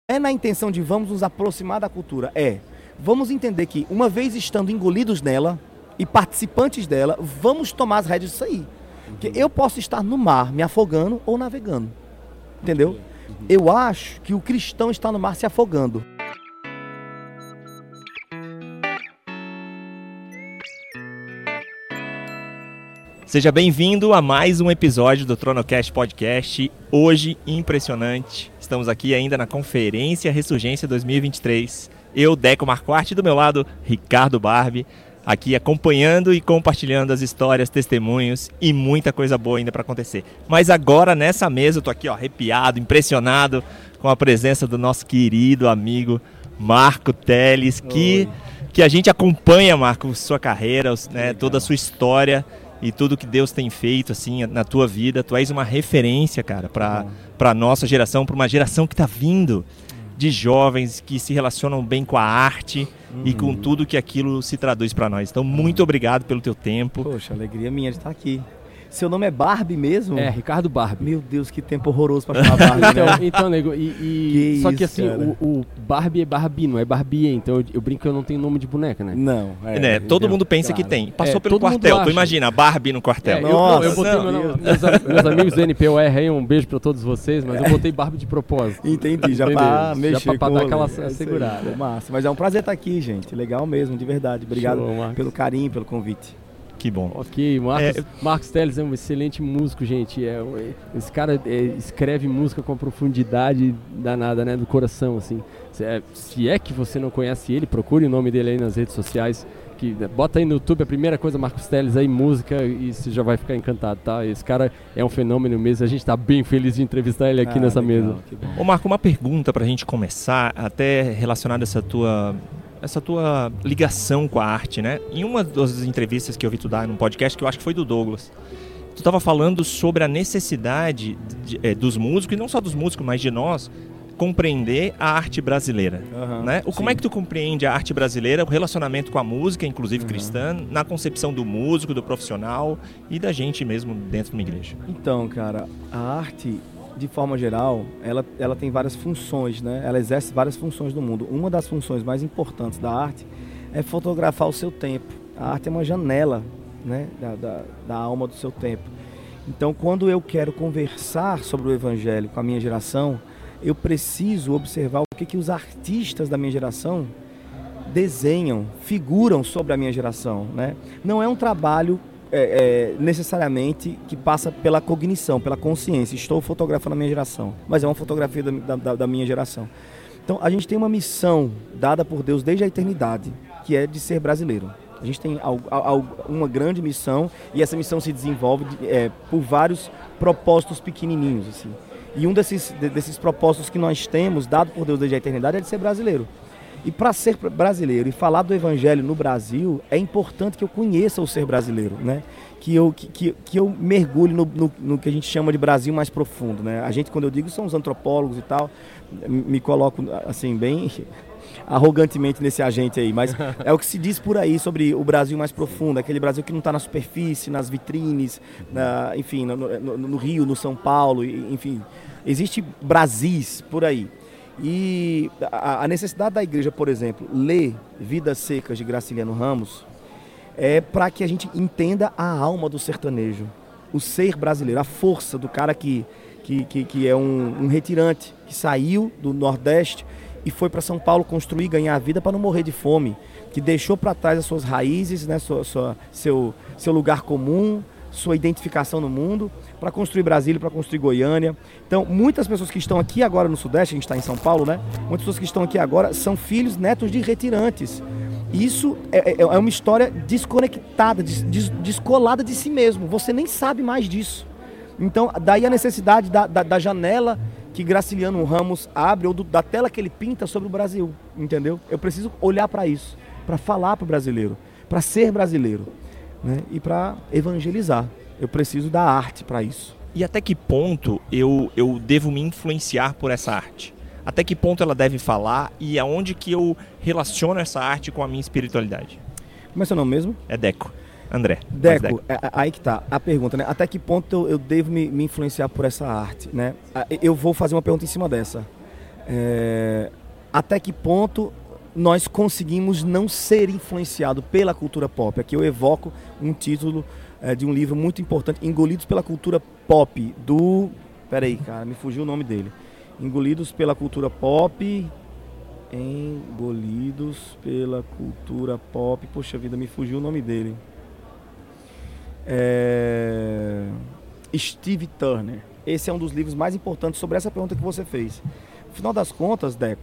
é na intenção de vamos nos aproximar da cultura. Vamos entender que, uma vez estando engolidos nela e participantes dela, vamos tomar as rédeas disso aí. Porque eu posso estar no mar me afogando ou navegando. Entendeu? Eu acho que o cristão está no mar se afogando. Seja bem-vindo a mais um episódio do Tronocast Podcast. Hoje, impressionante, estamos aqui ainda na Conferência Ressurgência 2023. Eu, Deco Marquardt, e do meu lado, Ricardo Barbi, aqui acompanhando e compartilhando as histórias, testemunhos e muita coisa boa ainda para acontecer. Mas agora, nessa mesa, eu tô aqui arrepiado, impressionado com a presença do nosso querido amigo Marco Teles, que a gente acompanha, Marco, sua carreira, né, toda a sua história e tudo que Deus tem feito assim na tua vida. Tu és uma referência, cara, para a nossa geração, para uma geração que está vindo de jovens que se relacionam bem com a arte e com tudo que aquilo se traduz para nós. Então, muito obrigado pelo teu tempo. Poxa, alegria minha de estar aqui. Seu nome é Barbi mesmo? É, Ricardo Barbi. Meu Deus, que tempo horroroso pra chamar Barbi, né? Então, nego, só que assim, cara? o Barbie é Barbie, não é Barbie, então eu brinco que eu não tenho nome de boneca, né? Não, todo mundo pensa que tem. Passou pelo quartel, tu imagina, a Barbie no quartel. Eu botei meus amigos do NPOR aí, um beijo pra todos vocês, mas eu botei Barbie de propósito. Entendi, já pra mexer pra com dar aquela aí, segurada. Massa, mas é um prazer estar aqui, gente, legal mesmo, de verdade. Obrigado pelo carinho, pelo convite. Que bom. Ok, Marcos Teles é um excelente músico, gente. Esse cara escreve música com a profundidade danada, né, do coração, assim. Se é que você não conhece ele, procure o nome dele aí nas redes sociais. Bota aí no YouTube a primeira coisa, Marcos Teles, aí música, e você já vai ficar encantado, tá? Esse cara é um fenômeno mesmo. A gente tá bem feliz de entrevistar ele aqui nessa mesa. Ô Marco, uma pergunta pra gente começar, até relacionada a essa tua ligação com a arte, né? Em uma das entrevistas que eu vi tu dar num podcast, que eu acho que foi do Douglas, tu estava falando sobre a necessidade dos músicos, e não só dos músicos, mas de nós, compreender a arte brasileira, né? Como é que tu compreende a arte brasileira, o relacionamento com a música, inclusive cristã, na concepção do músico, do profissional e da gente mesmo dentro de uma igreja? Então, cara, a arte, de forma geral, ela tem várias funções, né? Ela exerce várias funções no mundo. Uma das funções mais importantes da arte é fotografar o seu tempo. A arte é uma janela, né, da alma do seu tempo. Então, quando eu quero conversar sobre o Evangelho com a minha geração, eu preciso observar o que os artistas da minha geração desenham, figuram sobre a minha geração, né? Não é um trabalho necessariamente que passa pela cognição, pela consciência. Estou fotografando a minha geração, mas é uma fotografia da minha geração. Então a gente tem uma missão dada por Deus desde a eternidade, que é de ser brasileiro. A gente tem uma grande missão, e essa missão se desenvolve por vários propósitos pequenininhos, assim. E um desses propósitos que nós temos, dado por Deus desde a eternidade, é de ser brasileiro. E para ser brasileiro e falar do Evangelho no Brasil, é importante que eu conheça o ser brasileiro, né? Que eu mergulhe no que a gente chama de Brasil mais profundo, né? A gente, quando eu digo, são os antropólogos e tal, me coloco assim bem arrogantemente nesse agente aí, mas é o que se diz por aí sobre o Brasil mais profundo, aquele Brasil que não está na superfície, nas vitrines, enfim, no Rio, no São Paulo, enfim, existe Brasis por aí. E a necessidade da igreja, por exemplo, ler Vidas Secas de Graciliano Ramos, é para que a gente entenda a alma do sertanejo, o ser brasileiro, a força do cara que é um retirante, que saiu do Nordeste e foi para São Paulo construir, ganhar a vida para não morrer de fome, que deixou para trás as suas raízes, né, seu lugar comum, sua identificação no mundo, para construir Brasília, para construir Goiânia. Então, muitas pessoas que estão aqui agora no Sudeste, a gente está em São Paulo, né? Muitas pessoas que estão aqui agora são filhos, netos de retirantes. Isso é uma história desconectada, descolada de si mesmo. Você nem sabe mais disso. Então, daí a necessidade da janela que Graciliano Ramos abre, ou da tela que ele pinta sobre o Brasil, entendeu? Eu preciso olhar para isso, para falar para o brasileiro, para ser brasileiro, né? E para evangelizar. Eu preciso da arte para isso. E até que ponto eu devo me influenciar por essa arte? Até que ponto ela deve falar e aonde que eu relaciono essa arte com a minha espiritualidade? Como é seu nome mesmo? É Deco. André. Deco, aí que tá a pergunta, né? Até que ponto eu devo me influenciar por essa arte, né? Eu vou fazer uma pergunta em cima dessa. Até que ponto nós conseguimos não ser influenciados pela cultura pop? Aqui eu evoco um título de um livro muito importante, Engolidos pela Cultura Pop, do... Peraí, cara, me fugiu o nome dele. Engolidos pela Cultura Pop... Engolidos pela Cultura Pop... Poxa vida, me fugiu o nome dele. Steve Turner. Esse é um dos livros mais importantes sobre essa pergunta que você fez. No final das contas, Deco,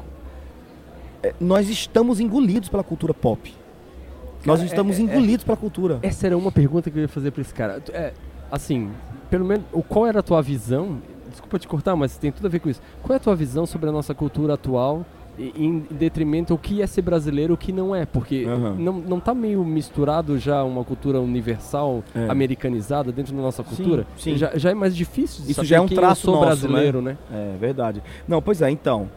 nós estamos engolidos pela cultura pop. Nós estamos engolidos pela cultura. Essa era uma pergunta que eu ia fazer para esse cara. Assim, pelo menos, qual era a tua visão? Desculpa te cortar, mas tem tudo a ver com isso. Qual é a tua visão sobre a nossa cultura atual em detrimento ao que é ser brasileiro e o que não é? Porque não tá meio misturado já uma cultura universal, americanizada dentro da nossa cultura? Sim. Já é mais difícil de isso saber já é um quem traço eu sou nosso, brasileiro, né? É verdade. Não, pois é, então...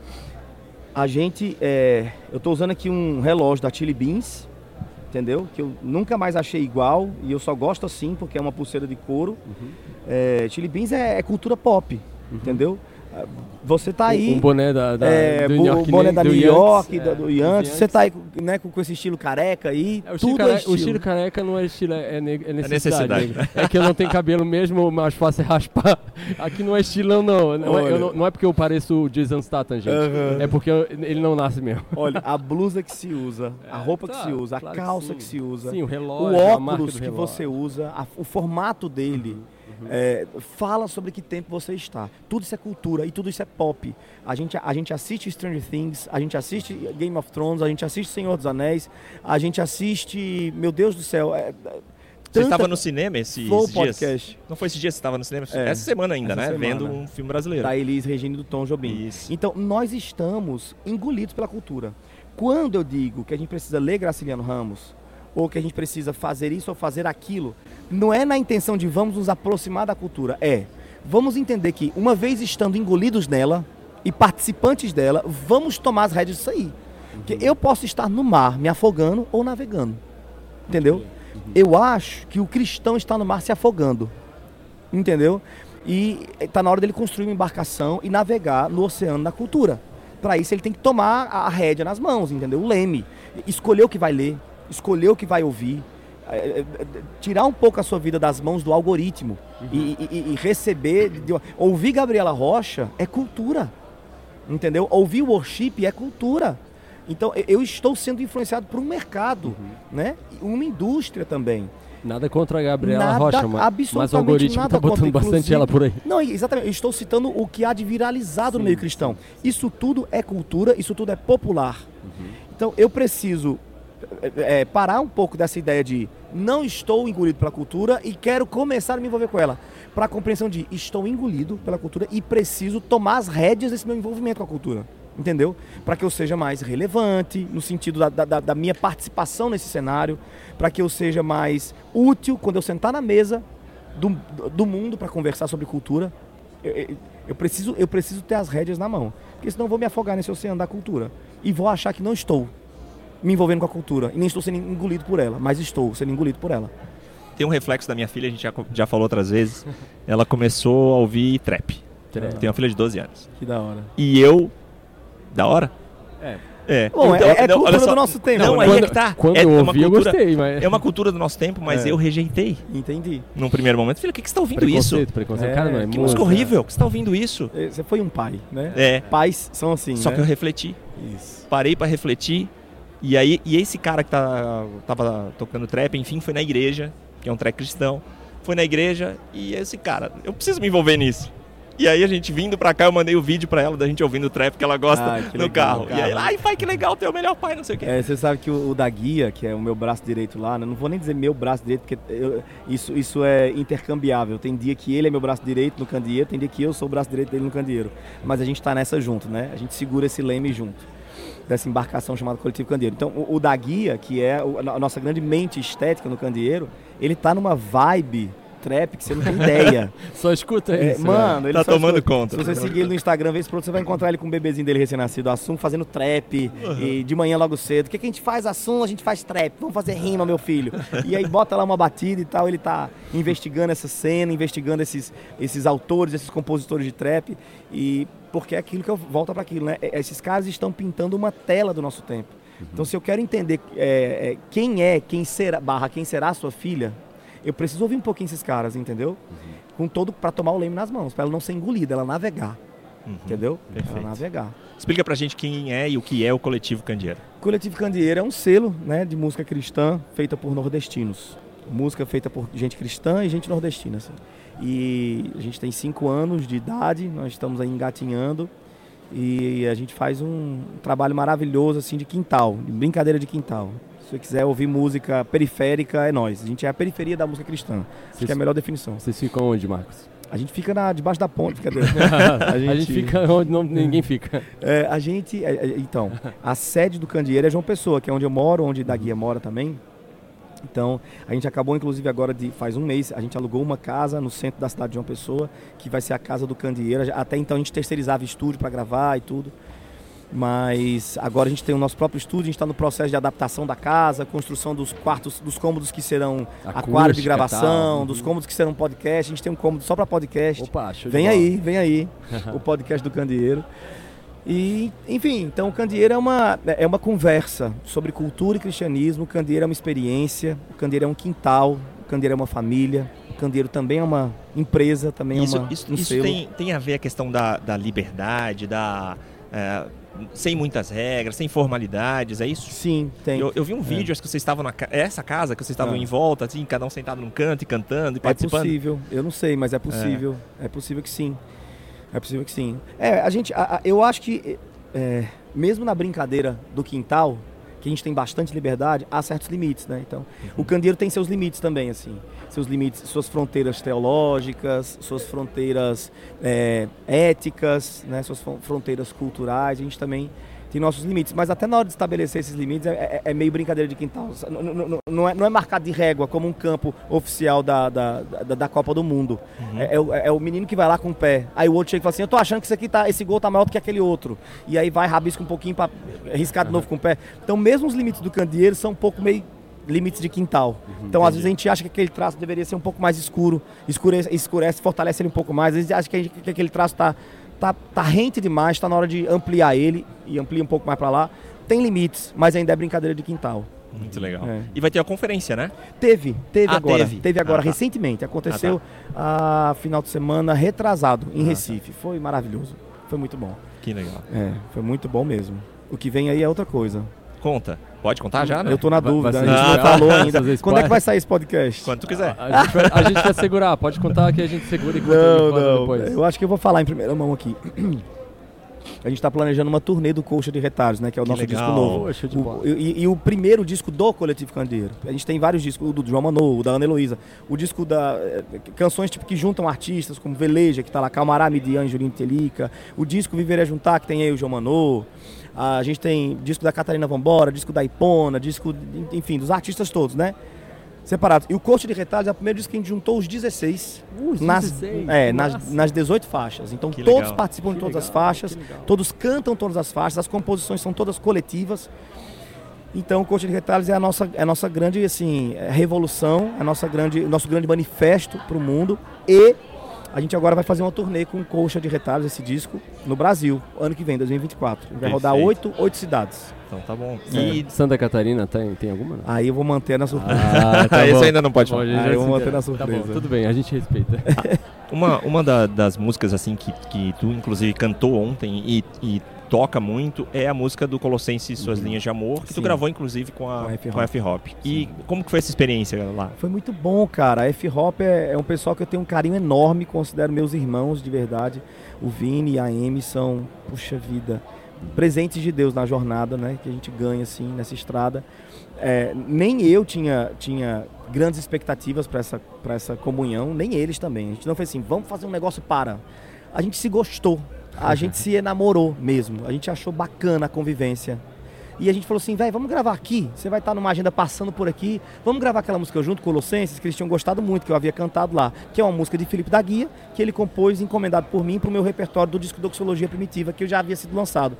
A gente, eu estou usando aqui um relógio da Chili Beans, entendeu? Que eu nunca mais achei igual e eu só gosto assim porque é uma pulseira de couro. Chili Beans é cultura pop, entendeu? Você tá aí... Um boné do New York, boné da New York, Yankees, do Yankees. Você tá aí, né, com esse estilo careca aí, tudo é estilo. O estilo careca não é estilo, é necessidade. É que eu não tenho cabelo mesmo, mais fácil é raspar. Aqui não é estilão, não. Não é porque eu pareço o Jason Statham, gente. É porque ele não nasce mesmo. Olha, a blusa que se usa, a roupa que se usa, a calça que se usa, sim, o relógio, o óculos que você usa, o formato dele. Fala sobre que tempo você está. Tudo isso é cultura e tudo isso é pop. A gente assiste Stranger Things, a gente assiste Game of Thrones, a gente assiste Senhor dos Anéis, a gente assiste, meu Deus do céu, você estava no cinema esses dias? Podcast. Não foi esses dias que você estava no cinema? Essa semana ainda, né? Vendo um filme brasileiro. Da Elis Regina e do Tom Jobim. Isso. Então, nós estamos engolidos pela cultura. Quando eu digo que a gente precisa ler Graciliano Ramos, ou que a gente precisa fazer isso ou fazer aquilo, não é na intenção de vamos nos aproximar da cultura, vamos entender que uma vez estando engolidos nela e participantes dela, vamos tomar as rédeas disso aí. Porque eu posso estar no mar me afogando ou navegando, entendeu? Eu acho que o cristão está no mar se afogando, entendeu? E está na hora dele construir uma embarcação e navegar no oceano da cultura. Para isso ele tem que tomar a rédea nas mãos, entendeu? O leme, escolher o que vai ler, escolher o que vai ouvir, tirar um pouco a sua vida das mãos do algoritmo e receber, ouvir Gabriela Rocha é cultura, entendeu? Ouvir worship é cultura. Então eu estou sendo influenciado por um mercado, né? Uma indústria também. Nada contra a Gabriela Rocha, mas o algoritmo está botando bastante ela por aí. Não, exatamente, eu estou citando o que há de viralizado no meio cristão. Isso tudo é cultura, isso tudo é popular. Então eu preciso parar um pouco dessa ideia de não estou engolido pela cultura e quero começar a me envolver com ela, para a compreensão de estou engolido pela cultura e preciso tomar as rédeas desse meu envolvimento com a cultura, entendeu? Para que eu seja mais relevante no sentido da minha participação nesse cenário, para que eu seja mais útil quando eu sentar na mesa do mundo para conversar sobre cultura. Eu preciso ter as rédeas na mão, porque senão eu vou me afogar nesse oceano da cultura e vou achar que não estou me envolvendo com a cultura, e nem estou sendo engolido por ela, mas estou sendo engolido por ela. Tem um reflexo da minha filha, a gente já falou outras vezes, ela começou a ouvir trap. Tem uma filha de 12 anos. Que da hora. E eu... Da hora? Bom, então, cultura do nosso tempo. Não, né? aí é que tá. Quando eu ouvi, eu gostei. É uma cultura do nosso tempo, mas eu rejeitei. Entendi. Num primeiro momento. Filha, o que você tá ouvindo isso? Preconceito. Cara, não é que música horrível, que você tá ouvindo isso? Você foi um pai, né? Pais são assim, Só né? que eu refleti. Isso. Parei pra refletir. E esse cara que tava tocando trap, enfim, foi na igreja, que é um trap cristão. Foi na igreja e esse cara, eu preciso me envolver nisso. E aí a gente vindo pra cá, eu mandei o vídeo pra ela da gente ouvindo o trap que ela gosta no carro. E aí, ai pai, que legal, tu é o melhor pai, não sei o quê. Você sabe que o da Guia, que é o meu braço direito lá, né? Não vou nem dizer meu braço direito, porque isso é intercambiável. Tem dia que ele é meu braço direito no candeeiro, tem dia que eu sou o braço direito dele no candeeiro. Mas a gente tá nessa junto, né? A gente segura esse leme junto, dessa embarcação chamada Coletivo Candeeiro. Então o da Guia, que é a nossa grande mente estética no candeeiro, ele tá numa vibe trap que você não tem ideia. Só escuta isso. Mano, ele tá só tomando escuta. conta. Se você seguir ele no Instagram, vez por outra, você vai encontrar ele com o bebezinho dele recém-nascido, Assum, fazendo trap, e de manhã logo cedo. O que a gente faz, Assum? A gente faz trap. Vamos fazer rima, meu filho. E aí bota lá uma batida e tal, ele tá investigando essa cena, investigando esses autores, esses compositores de trap, e porque é aquilo que eu volto para aquilo, né? Esses caras estão pintando uma tela do nosso tempo. Então, se eu quero entender quem será a sua filha, eu preciso ouvir um pouquinho esses caras, entendeu? Com todo para tomar o leme nas mãos, para ela não ser engolida, ela navegar, entendeu? Perfeito. Ela navegar. Explica pra gente quem é e o que é o Coletivo Candeeiro. O Coletivo Candeeiro é um selo, né, de música cristã feita por nordestinos. Música feita por gente cristã e gente nordestina, assim. E a gente tem 5 anos de idade, nós estamos aí engatinhando. E a gente faz um trabalho maravilhoso, assim, de quintal, de brincadeira de quintal. Se você quiser ouvir música periférica, é nós. A gente é a periferia da música cristã. Acho que é a melhor definição. Vocês ficam onde, Marcos? A gente fica debaixo da ponte, cadê? A gente fica onde ninguém fica. Então, a sede do Candeeiro é João Pessoa, que é onde eu moro, onde da Guia mora também. Então, a gente acabou, inclusive, agora faz um mês, a gente alugou uma casa no centro da cidade de João Pessoa, que vai ser a casa do Candeeiro. Até então a gente terceirizava estúdio para gravar e tudo. Mas agora a gente tem o nosso próprio estúdio, a gente está no processo de adaptação da casa, construção dos quartos, dos cômodos que serão aquário de gravação, dos cômodos que serão podcast. A gente tem um cômodo só para podcast. Opa, show de vem bola. aí, o podcast do Candeeiro. E, enfim, então o Candeeiro é uma conversa sobre cultura e cristianismo. O Candeeiro é uma experiência, o Candeeiro é um quintal, o Candeeiro é uma família, o Candeeiro também é uma empresa, também Isso é um selo. tem a ver a questão da liberdade, sem muitas regras, sem formalidades, é isso? Sim, tem. Eu vi um vídeo, acho que vocês estavam essa casa, que vocês estavam em volta, assim, cada um sentado num canto e cantando e participando. É possível, eu não sei, mas é possível. É possível que sim. É possível que sim. Eu acho que, mesmo na brincadeira do quintal, que a gente tem bastante liberdade, há certos limites, né? Então, o Candeeiro tem seus limites também, assim. Seus limites, suas fronteiras teológicas, suas fronteiras éticas, né? Suas fronteiras culturais. A gente também tem nossos limites. Mas até na hora de estabelecer esses limites, é meio brincadeira de quintal. Não é marcado de régua como um campo oficial da Copa do Mundo. É o menino que vai lá com o pé. Aí o outro chega e fala assim, eu tô achando que esse gol tá maior do que aquele outro. E aí vai, rabisca um pouquinho para riscar de novo com o pé. Então mesmo os limites do Candeeiro são um pouco meio limites de quintal. Então às vezes a gente acha que aquele traço deveria ser um pouco mais escuro. Escurece, fortalece ele um pouco mais. Às vezes acha que aquele traço tá rente demais, está na hora de ampliar ele e amplia um pouco mais para lá. Tem limites, mas ainda é brincadeira de quintal. Muito legal. E vai ter a conferência, né? Teve agora. Teve agora, tá. recentemente. Aconteceu final de semana retrasado em Recife. Foi maravilhoso. Foi muito bom. Que legal. Foi muito bom mesmo. O que vem aí é outra coisa. Conta. Pode contar já, né? Eu tô na dúvida, a gente não falou ainda. Quando é que vai sair esse podcast? Quando tu quiser. A gente vai segurar, pode contar que a gente segura e conta Não. depois. Eu acho que eu vou falar em primeira mão aqui. A gente está planejando uma turnê do Coxa de Retalhos, né? Que é o nosso disco novo. Poxa, de bola. E o primeiro disco do Coletivo Candeeiro. A gente tem vários discos, o do João Manô, o da Ana Heloísa. O disco canções tipo, que juntam artistas, como Veleja, que tá lá, Calmará, Midian, Julinho Telica. O disco Viver é Juntar, que tem aí o João Manô. A gente tem disco da Catarina Vambora, disco da Ipona, disco, enfim, dos artistas todos, né? Separados. E o Coxa de Retalhos é o primeiro disco que a gente juntou os 16, nas 18 faixas. Então que todos legal. participam de todas as faixas, todos cantam todas as faixas, as composições são todas coletivas. Então o Coxa de Retalhos é a nossa grande assim, revolução, o nosso grande manifesto para o mundo. E a gente agora vai fazer uma turnê com o Coxa de Retalhos, esse disco, no Brasil, ano que vem, 2024. A gente vai rodar 8 cidades. Então tá bom. E Santa Catarina tem alguma? Não? Aí eu vou manter na surpresa. Esse ainda não pode falar. Aí eu vou manter na surpresa. Tá bom, tudo bem, a gente respeita. Uma das músicas assim que tu inclusive cantou ontem e toca muito é a música do Colossenses Suas Linhas de Amor, que tu gravou inclusive com a F-Hop. E como que foi essa experiência lá? Foi muito bom, cara. A F-Hop é um pessoal que eu tenho um carinho enorme, considero meus irmãos de verdade. O Vini e a Amy são, puxa vida, presentes de Deus na jornada, né, que a gente ganha assim nessa estrada. Nem eu tinha grandes expectativas para essa comunhão, nem eles também. A gente não fez assim, vamos fazer um negócio para. A gente se gostou, a gente se enamorou mesmo, a gente achou bacana a convivência. E a gente falou assim, velho, vamos gravar aqui, você vai estar numa agenda passando por aqui, vamos gravar aquela música junto, Colossenses, que eles tinham gostado muito, que eu havia cantado lá, que é uma música de Felipe da Guia, que ele compôs, encomendado por mim, pro meu repertório do disco Doxologia Primitiva, que eu já havia sido lançado.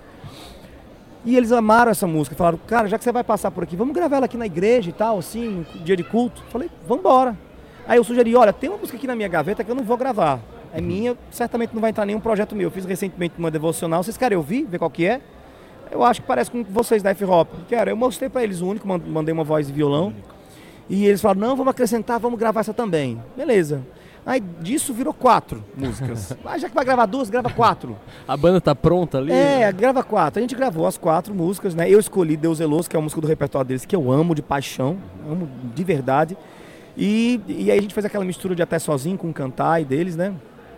E eles amaram essa música, falaram, cara, já que você vai passar por aqui, vamos gravar ela aqui na igreja e tal, assim, dia de culto. Falei, vamos embora. Aí eu sugeri, olha, tem uma música aqui na minha gaveta que eu não vou gravar. É minha, certamente não vai entrar nenhum projeto meu. Eu fiz recentemente uma devocional, vocês querem ouvir, ver qual que é? Eu acho que parece com vocês da F-Hop. Quero, eu mostrei pra eles o único, mandei uma voz e violão. E eles falaram, não, vamos acrescentar, vamos gravar essa também. Beleza. Aí disso virou 4 músicas. Mas já que vai gravar 2, grava 4. A banda tá pronta ali? Grava 4. A gente gravou as 4 músicas, né? Eu escolhi Deus Zeloso, que é uma música do repertório deles que eu amo de paixão, amo de verdade. E aí a gente fez aquela mistura de Até Sozinho com Cantar e deles, né?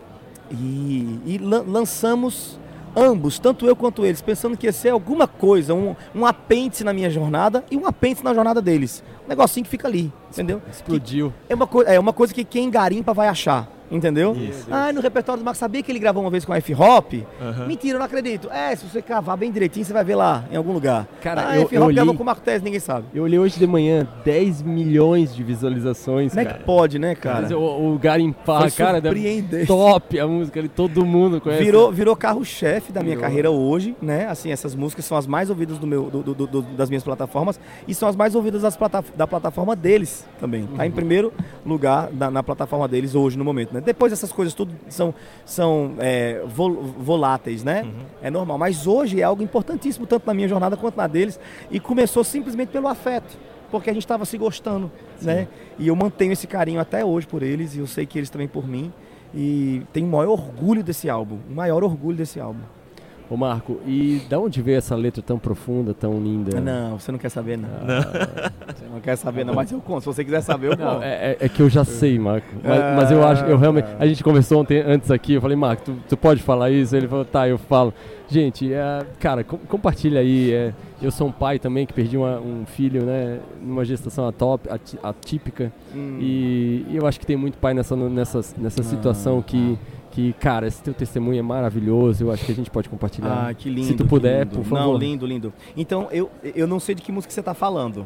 E lançamos ambos, tanto eu quanto eles, pensando que ia ser alguma coisa, um apêndice na minha jornada e um apêndice na jornada deles. Um negocinho que fica ali, entendeu? Explodiu. É uma coisa que quem garimpa vai achar. Entendeu? No repertório do Marcos, sabia que ele gravou uma vez com a F-Hop? Mentira, eu não acredito. Se você cavar bem direitinho, você vai ver lá, em algum lugar. Cara, a F-Hop gravou com o Marco Teles, ninguém sabe. Eu olhei hoje de manhã, 10 milhões de visualizações, Como é que pode, né, cara? Mas o garimpar, cara, top a música ali, todo mundo conhece. Virou carro-chefe da minha carreira hoje, né? Assim, essas músicas são as mais ouvidas das minhas plataformas e são as mais ouvidas da plataforma deles também. Tá em primeiro lugar na plataforma deles hoje, no momento, né? Depois essas coisas tudo são voláteis, né? É normal. Mas hoje é algo importantíssimo, tanto na minha jornada quanto na deles. E começou simplesmente pelo afeto, porque a gente estava se gostando, né? E eu mantenho esse carinho até hoje por eles, e eu sei que eles também por mim. E tenho o maior orgulho desse álbum, o maior orgulho desse álbum. Ô Marco, e da onde veio essa letra tão profunda, tão linda? Não, você não quer saber não. Você não quer saber não, mas eu conto. Se você quiser saber, eu conto. É que eu já sei, Marco. Mas eu acho, eu realmente... A gente conversou antes aqui, eu falei, Marco, tu pode falar isso? Ele falou, tá, eu falo. Gente, cara, compartilha aí. Eu sou um pai também que perdi um filho, né, numa gestação atípica. E eu acho que tem muito pai nessa situação que, cara, esse teu testemunho é maravilhoso, eu acho que a gente pode compartilhar. Que lindo. Se tu puder, por favor. Não, lindo. Então, eu não sei de que música você tá falando.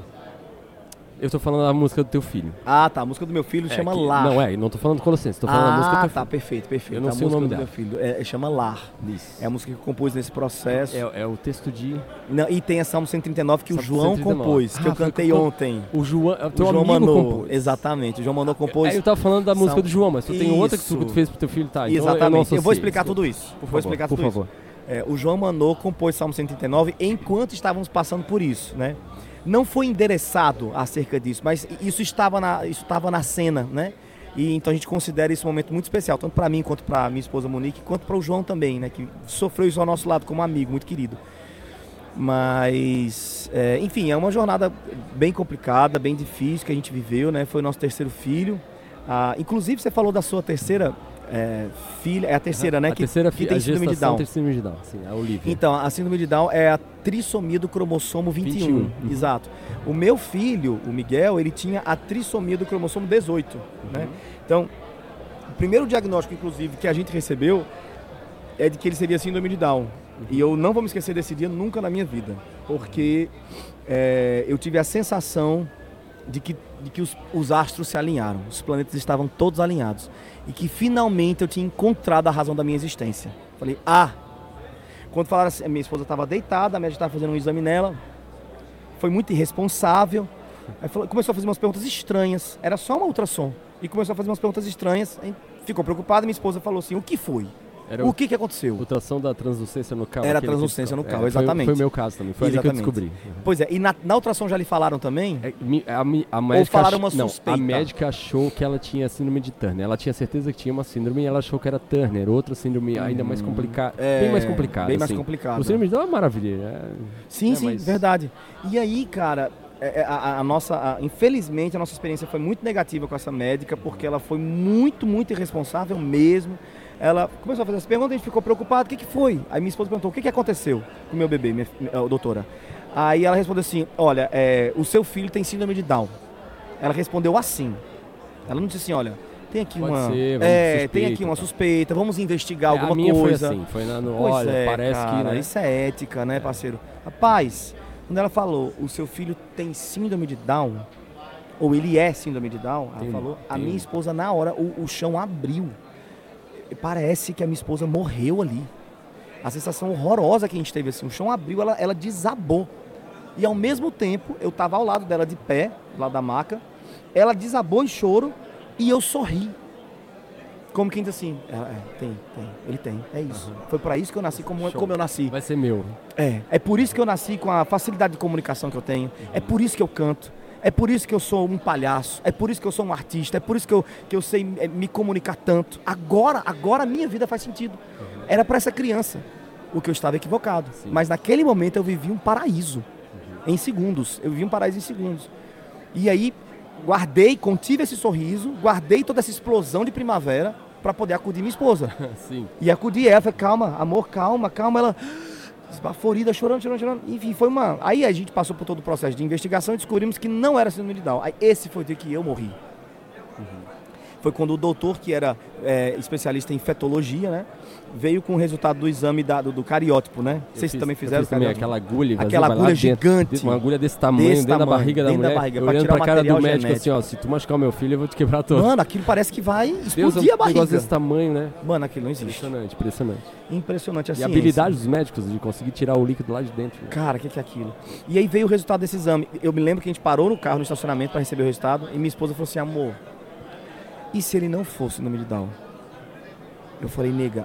Eu tô falando da música do teu filho. Tá, a música do meu filho chama Lar. Não tô falando do Colossenses, tô falando da música do teu filho. Tá, perfeito. Eu não sei o nome dela. Meu filho chama Lar. Isso. É a música que eu compus nesse processo. É o texto de... Não, e tem a Salmo 139 que o João 139. compôs, que eu cantei ontem. O João João amigo Manô, compôs. Exatamente, o João Manô compôs. Eu tava falando da música do João, mas tu tem outra que tu fez pro teu filho, tá? Então Exatamente, eu vou explicar tudo isso. Por favor. O João Manô compôs Salmo 139 enquanto estávamos passando por isso, né? Não foi endereçado acerca disso, mas isso estava na cena, né? E então a gente considera esse momento muito especial, tanto para mim quanto para minha esposa Monique, quanto para o João também, né? Que sofreu isso ao nosso lado como amigo, muito querido. Mas, enfim, é uma jornada bem complicada, bem difícil que a gente viveu, né? Foi o nosso terceiro filho. Inclusive, você falou da sua terceira filha, é a terceira, né? A terceira que tem síndrome de Down. Tem síndrome de Down, sim, a Olivia. Então, a síndrome de Down é a trissomia do cromossomo 21. Exato. O meu filho, o Miguel, ele tinha a trissomia do cromossomo 18, né? Então, o primeiro diagnóstico, inclusive, que a gente recebeu é de que ele seria síndrome de Down. E eu não vou me esquecer desse dia nunca na minha vida, porque eu tive a sensação de que os astros se alinharam, os planetas estavam todos alinhados e que finalmente eu tinha encontrado a razão da minha existência. Falei, quando falaram assim, a minha esposa estava deitada, a médica estava fazendo um exame nela, foi muito irresponsável, aí começou a fazer umas perguntas estranhas, era só uma ultrassom, e começou a fazer umas perguntas estranhas, aí ficou preocupada, minha esposa falou assim, o que foi? O que aconteceu? Ultrassom da translucência nucal. Era a translucência nucal, exatamente. Foi o meu caso também, foi ali que eu descobri. Pois é, e na ultrassom já lhe falaram também? A médica, ou falaram uma suspeita? A médica achou que ela tinha síndrome de Turner. Ela tinha certeza que tinha uma síndrome e ela achou que era Turner, outra síndrome ainda mais complicada. Bem mais complicada. Bem mais complicada. O síndrome de Down é uma maravilha. Sim, verdade. E aí, cara, infelizmente a nossa experiência foi muito negativa com essa médica, porque ela foi muito, muito irresponsável mesmo. Ela começou a fazer essa pergunta, a gente ficou preocupado, o que foi? Aí minha esposa perguntou, o que aconteceu com o meu bebê, minha doutora? Aí ela respondeu assim, olha, o seu filho tem síndrome de Down. Ela respondeu assim, ela não disse assim, olha, tem aqui tem aqui uma suspeita, vamos investigar alguma coisa. Foi assim, olha, parece cara, que... Né? Isso é ética, né, parceiro? Rapaz, Quando ela falou, o seu filho tem síndrome de Down, ou ele é síndrome de Down, ela falou, a minha esposa na hora, o chão abriu. Parece que a minha esposa morreu ali. A sensação horrorosa que a gente teve assim, o chão abriu, ela desabou. E ao mesmo tempo, eu estava ao lado dela de pé, do lado da maca, ela desabou em choro e eu sorri. Como quem diz assim, ele tem, é isso. Foi para isso que eu nasci como eu nasci. Vai ser meu. É por isso que eu nasci com a facilidade de comunicação que eu tenho, é por isso que eu canto, é por isso que eu sou um palhaço, é por isso que eu sou um artista, é por isso que eu sei me comunicar tanto. Agora a minha vida faz sentido. Era para essa criança, o que eu estava equivocado. Sim. Mas naquele momento eu vivi um paraíso. Em segundos, eu vivi um paraíso em segundos. E aí, contive esse sorriso, guardei toda essa explosão de primavera para poder acudir minha esposa. Sim. E acudi ela, falei, calma, amor, calma. Ela, esbaforida, chorando. Enfim, foi uma... Aí a gente passou por todo o processo de investigação e descobrimos que não era síndrome de Down. Aí esse foi o dia que eu morri. Foi quando o doutor, que era especialista em fetologia, né, veio com o resultado do exame do cariótipo, né? Vocês também fizeram o cariótipo? Aquela agulha, aquela agulha gigante. Uma agulha desse tamanho, dentro da barriga da mulher. Eu olhando pra cara do médico assim, ó, se tu machucar o meu filho, eu vou te quebrar todo. Mano, aquilo parece que vai explodir a barriga. Um negócio desse tamanho, né? Mano, aquilo não existe. Impressionante assim. E a habilidade dos médicos de conseguir tirar o líquido lá de dentro. Né? Cara, o que é aquilo? E aí veio o resultado desse exame. Eu me lembro que a gente parou no carro, no estacionamento, para receber o resultado, e minha esposa falou assim, amor, e se ele não fosse síndrome de Down? Eu falei, nega,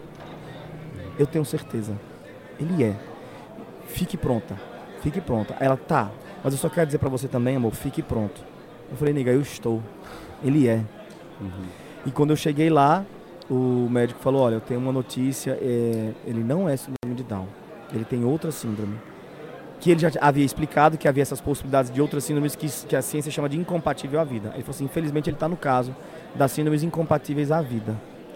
eu tenho certeza. Ele é. Fique pronta. Ela, tá, mas eu só quero dizer pra você também, amor, fique pronto. Eu falei, nega, eu estou. Ele é. E quando eu cheguei lá, o médico falou, olha, eu tenho uma notícia, ele não é síndrome de Down. Ele tem outra síndrome. Que ele já havia explicado que havia essas possibilidades de outras síndromes que a ciência chama de incompatível à vida. Ele falou assim, infelizmente ele está no caso das síndromes incompatíveis à vida.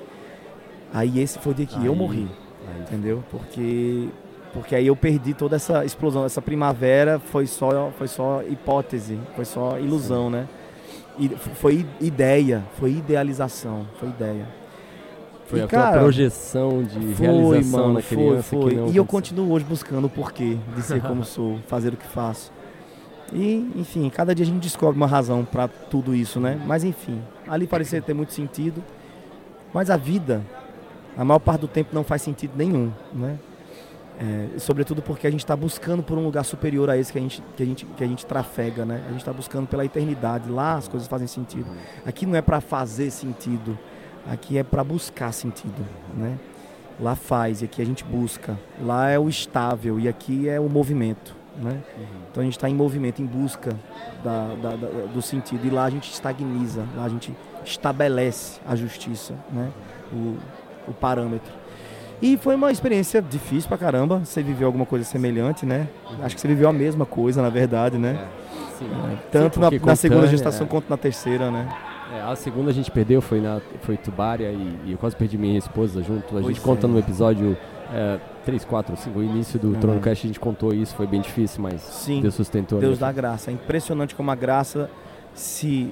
Aí esse foi o dia que eu morri, entendeu? Porque aí eu perdi toda essa explosão, essa primavera foi só hipótese, foi só ilusão, né? E foi ideia, foi idealização, foi ideia. Foi a tua projeção de realização na criança. Foi. E eu continuo hoje buscando o porquê de ser como sou, fazer o que faço. E, enfim, cada dia a gente descobre uma razão para tudo isso, né? Mas, enfim, ali parecia ter muito sentido. Mas a vida, a maior parte do tempo, não faz sentido nenhum, né? Sobretudo porque a gente está buscando por um lugar superior a esse que a gente trafega, né? A gente está buscando pela eternidade. Lá as coisas fazem sentido. Aqui não é para fazer sentido. Aqui é para buscar sentido, né? Lá faz, e aqui a gente busca. Lá é o estável, e aqui é o movimento, né? Então a gente está em movimento, em busca do sentido. E lá a gente estagniza, lá a gente estabelece a justiça, né? O parâmetro. E foi uma experiência difícil pra caramba. Você viveu alguma coisa semelhante, né? Acho que você viveu a mesma coisa, na verdade, né? Sim. Tanto na segunda gestação quanto na terceira, né? A segunda a gente perdeu, foi Tubária, e eu quase perdi minha esposa junto. A gente conta no episódio 3, 4, 5, o início do TronoCast, a gente contou isso, foi bem difícil, mas Deus sustentou. Deus dá graça. É impressionante como a graça se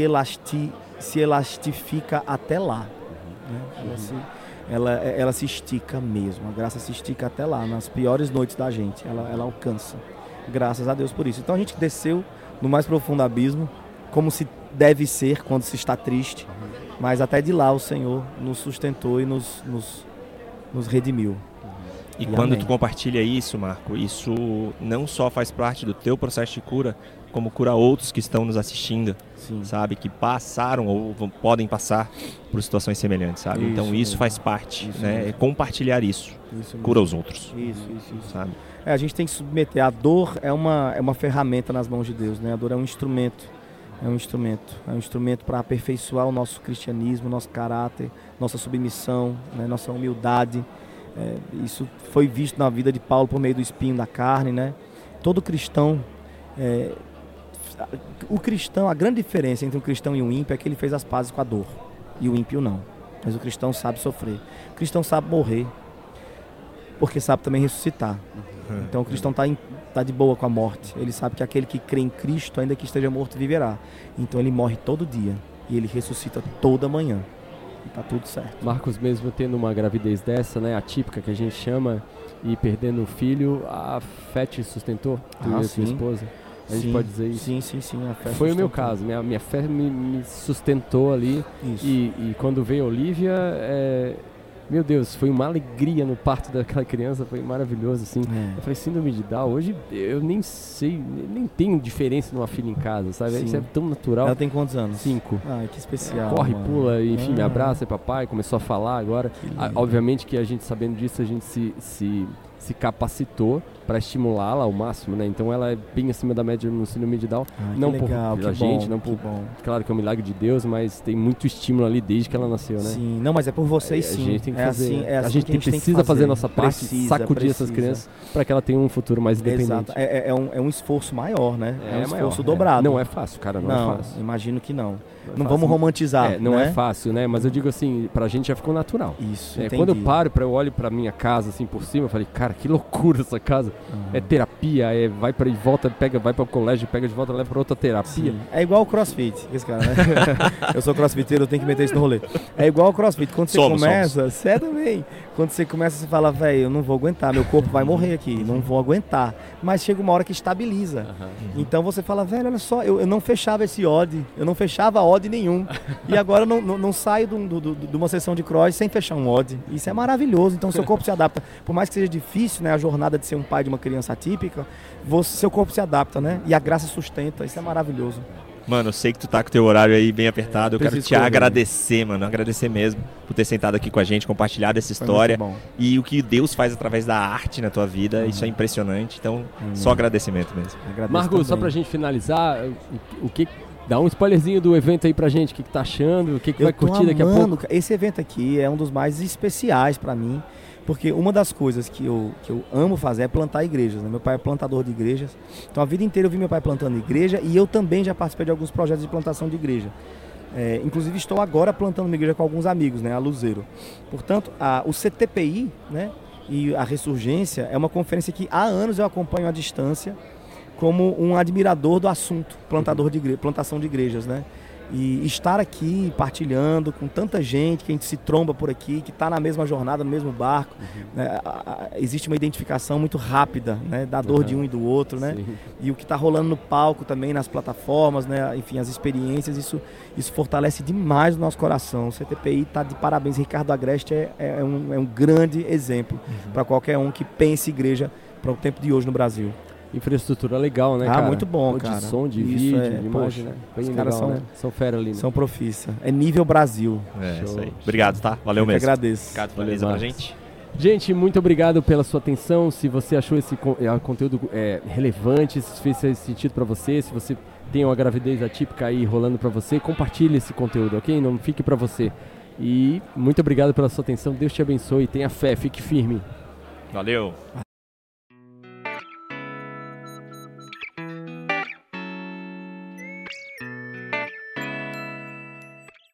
elastifica até lá. Né? Ela se estica mesmo, a graça se estica até lá, nas piores noites da gente, ela alcança. Graças a Deus por isso. Então a gente desceu no mais profundo abismo, como se deve ser quando se está triste, mas até de lá o Senhor nos sustentou e nos redimiu. E quando tu compartilha isso, Marco, isso não só faz parte do teu processo de cura, como cura outros que estão nos assistindo, sabe? Que passaram ou podem passar por situações semelhantes, sabe? Então isso faz parte, né? É compartilhar isso cura os outros. Isso. Sabe? A gente tem que submeter. A dor é uma ferramenta nas mãos de Deus, né? A dor é um instrumento. É um instrumento para aperfeiçoar o nosso cristianismo, nosso caráter, nossa submissão, né? Nossa humildade. Isso foi visto na vida de Paulo por meio do espinho da carne, né? Todo cristão, a grande diferença entre um cristão e um ímpio é que ele fez as pazes com a dor, e o ímpio não. Mas o cristão sabe sofrer, o cristão sabe morrer, porque sabe também ressuscitar. Então o cristão está de boa com a morte, ele sabe que aquele que crê em Cristo, ainda que esteja morto, viverá. Então ele morre todo dia, e ele ressuscita toda manhã. tá tudo certo. Marcos, mesmo tendo uma gravidez dessa, né, atípica que a gente chama, e perdendo o filho, a fé te sustentou, tu e a sua esposa? A gente pode dizer isso? Sim, a fé foi o meu caso, minha fé me sustentou ali. Isso. E quando veio a Olivia, meu Deus, foi uma alegria no parto daquela criança, foi maravilhoso, assim. Eu falei, síndrome de Down, hoje eu nem sei, nem tenho diferença de uma filha em casa, sabe? Sim. Isso é tão natural. Ela tem quantos anos? 5. Ai, que especial. Corre, mano. pula, enfim, me abraça, é papai, começou a falar agora. Obviamente que a gente, sabendo disso, a gente se capacitou para estimulá-la ao máximo, né? Então ela é bem acima da média no síndrome de Down. Não por a gente, não por... Claro que é um milagre de Deus, mas tem muito estímulo ali desde que ela nasceu, né? Sim, não, mas é por vocês sim. A gente tem que fazer. Assim a gente precisa fazer a nossa parte, sacudir essas crianças para que ela tenha um futuro mais independente. Exato. É um esforço maior, né? É um esforço maior, dobrado. Não é fácil, cara, não é fácil. Imagino que não. Não vamos romantizar. Não né? é fácil, né? Mas eu digo assim, pra gente já ficou natural. Isso, quando eu olho pra minha casa assim por cima, eu falei, cara, que loucura essa casa. É terapia, vai pra e volta, vai pro colégio, pega de volta, leva pra outra terapia. Sim. É igual o CrossFit, esse cara, né? Eu sou crossfiteiro, eu tenho que meter isso no rolê. É igual o CrossFit, quando você começa, você também. Quando você começa, você fala, velho, eu não vou aguentar, meu corpo vai morrer aqui, não vou aguentar. Mas chega uma hora que estabiliza. Então você fala, velho, olha só, eu não fechava esse odd, eu não fechava odd nenhum. E agora eu não saio de uma sessão de cross sem fechar um odd. Isso é maravilhoso, então seu corpo se adapta. Por mais que seja difícil, né, a jornada de ser um pai de uma criança atípica, seu corpo se adapta, né? E a graça sustenta, isso é maravilhoso. Mano, eu sei que tu tá com o teu horário aí bem apertado. Eu quero te agradecer, mano. Agradecer mesmo por ter sentado aqui com a gente, compartilhado essa história. E o que Deus faz através da arte na tua vida. Isso é impressionante. Então, só agradecimento mesmo. Marcos, só pra gente finalizar, dá um spoilerzinho do evento aí pra gente. O que tá achando? O que vai curtir daqui a pouco? Esse evento aqui é um dos mais especiais pra mim. Porque uma das coisas que eu amo fazer é plantar igrejas, né? Meu pai é plantador de igrejas. Então a vida inteira eu vi meu pai plantando igreja e eu também já participei de alguns projetos de plantação de igreja. Inclusive estou agora plantando uma igreja com alguns amigos, né? A Luzeiro. Portanto, o CTPI, né? E a Ressurgência é uma conferência que há anos eu acompanho à distância como um admirador do assunto, plantação de igrejas, né? E estar aqui partilhando com tanta gente que a gente se tromba por aqui, que está na mesma jornada, no mesmo barco, né? Existe uma identificação muito rápida, né? Da dor de um e do outro, né? E o que está rolando no palco também, nas plataformas, né? Enfim, as experiências, isso fortalece demais o nosso coração. O CTPI está de parabéns. Ricardo Agreste é um grande exemplo para qualquer um que pense igreja para o tempo de hoje no Brasil. Infraestrutura legal, né, cara? Muito bom, cara. De som, de vídeo, de imagem, né? Bem legal, caras são fera ali, né? São profissa. É nível Brasil. Isso aí. Obrigado, tá? Valeu mesmo. Eu que agradeço. Obrigado, finaliza pra gente. Gente, muito obrigado pela sua atenção. Se você achou esse conteúdo relevante, se fez sentido pra você, se você tem uma gravidez atípica aí rolando pra você, compartilhe esse conteúdo, ok? Não fique pra você. E muito obrigado pela sua atenção. Deus te abençoe. Tenha fé, fique firme. Valeu.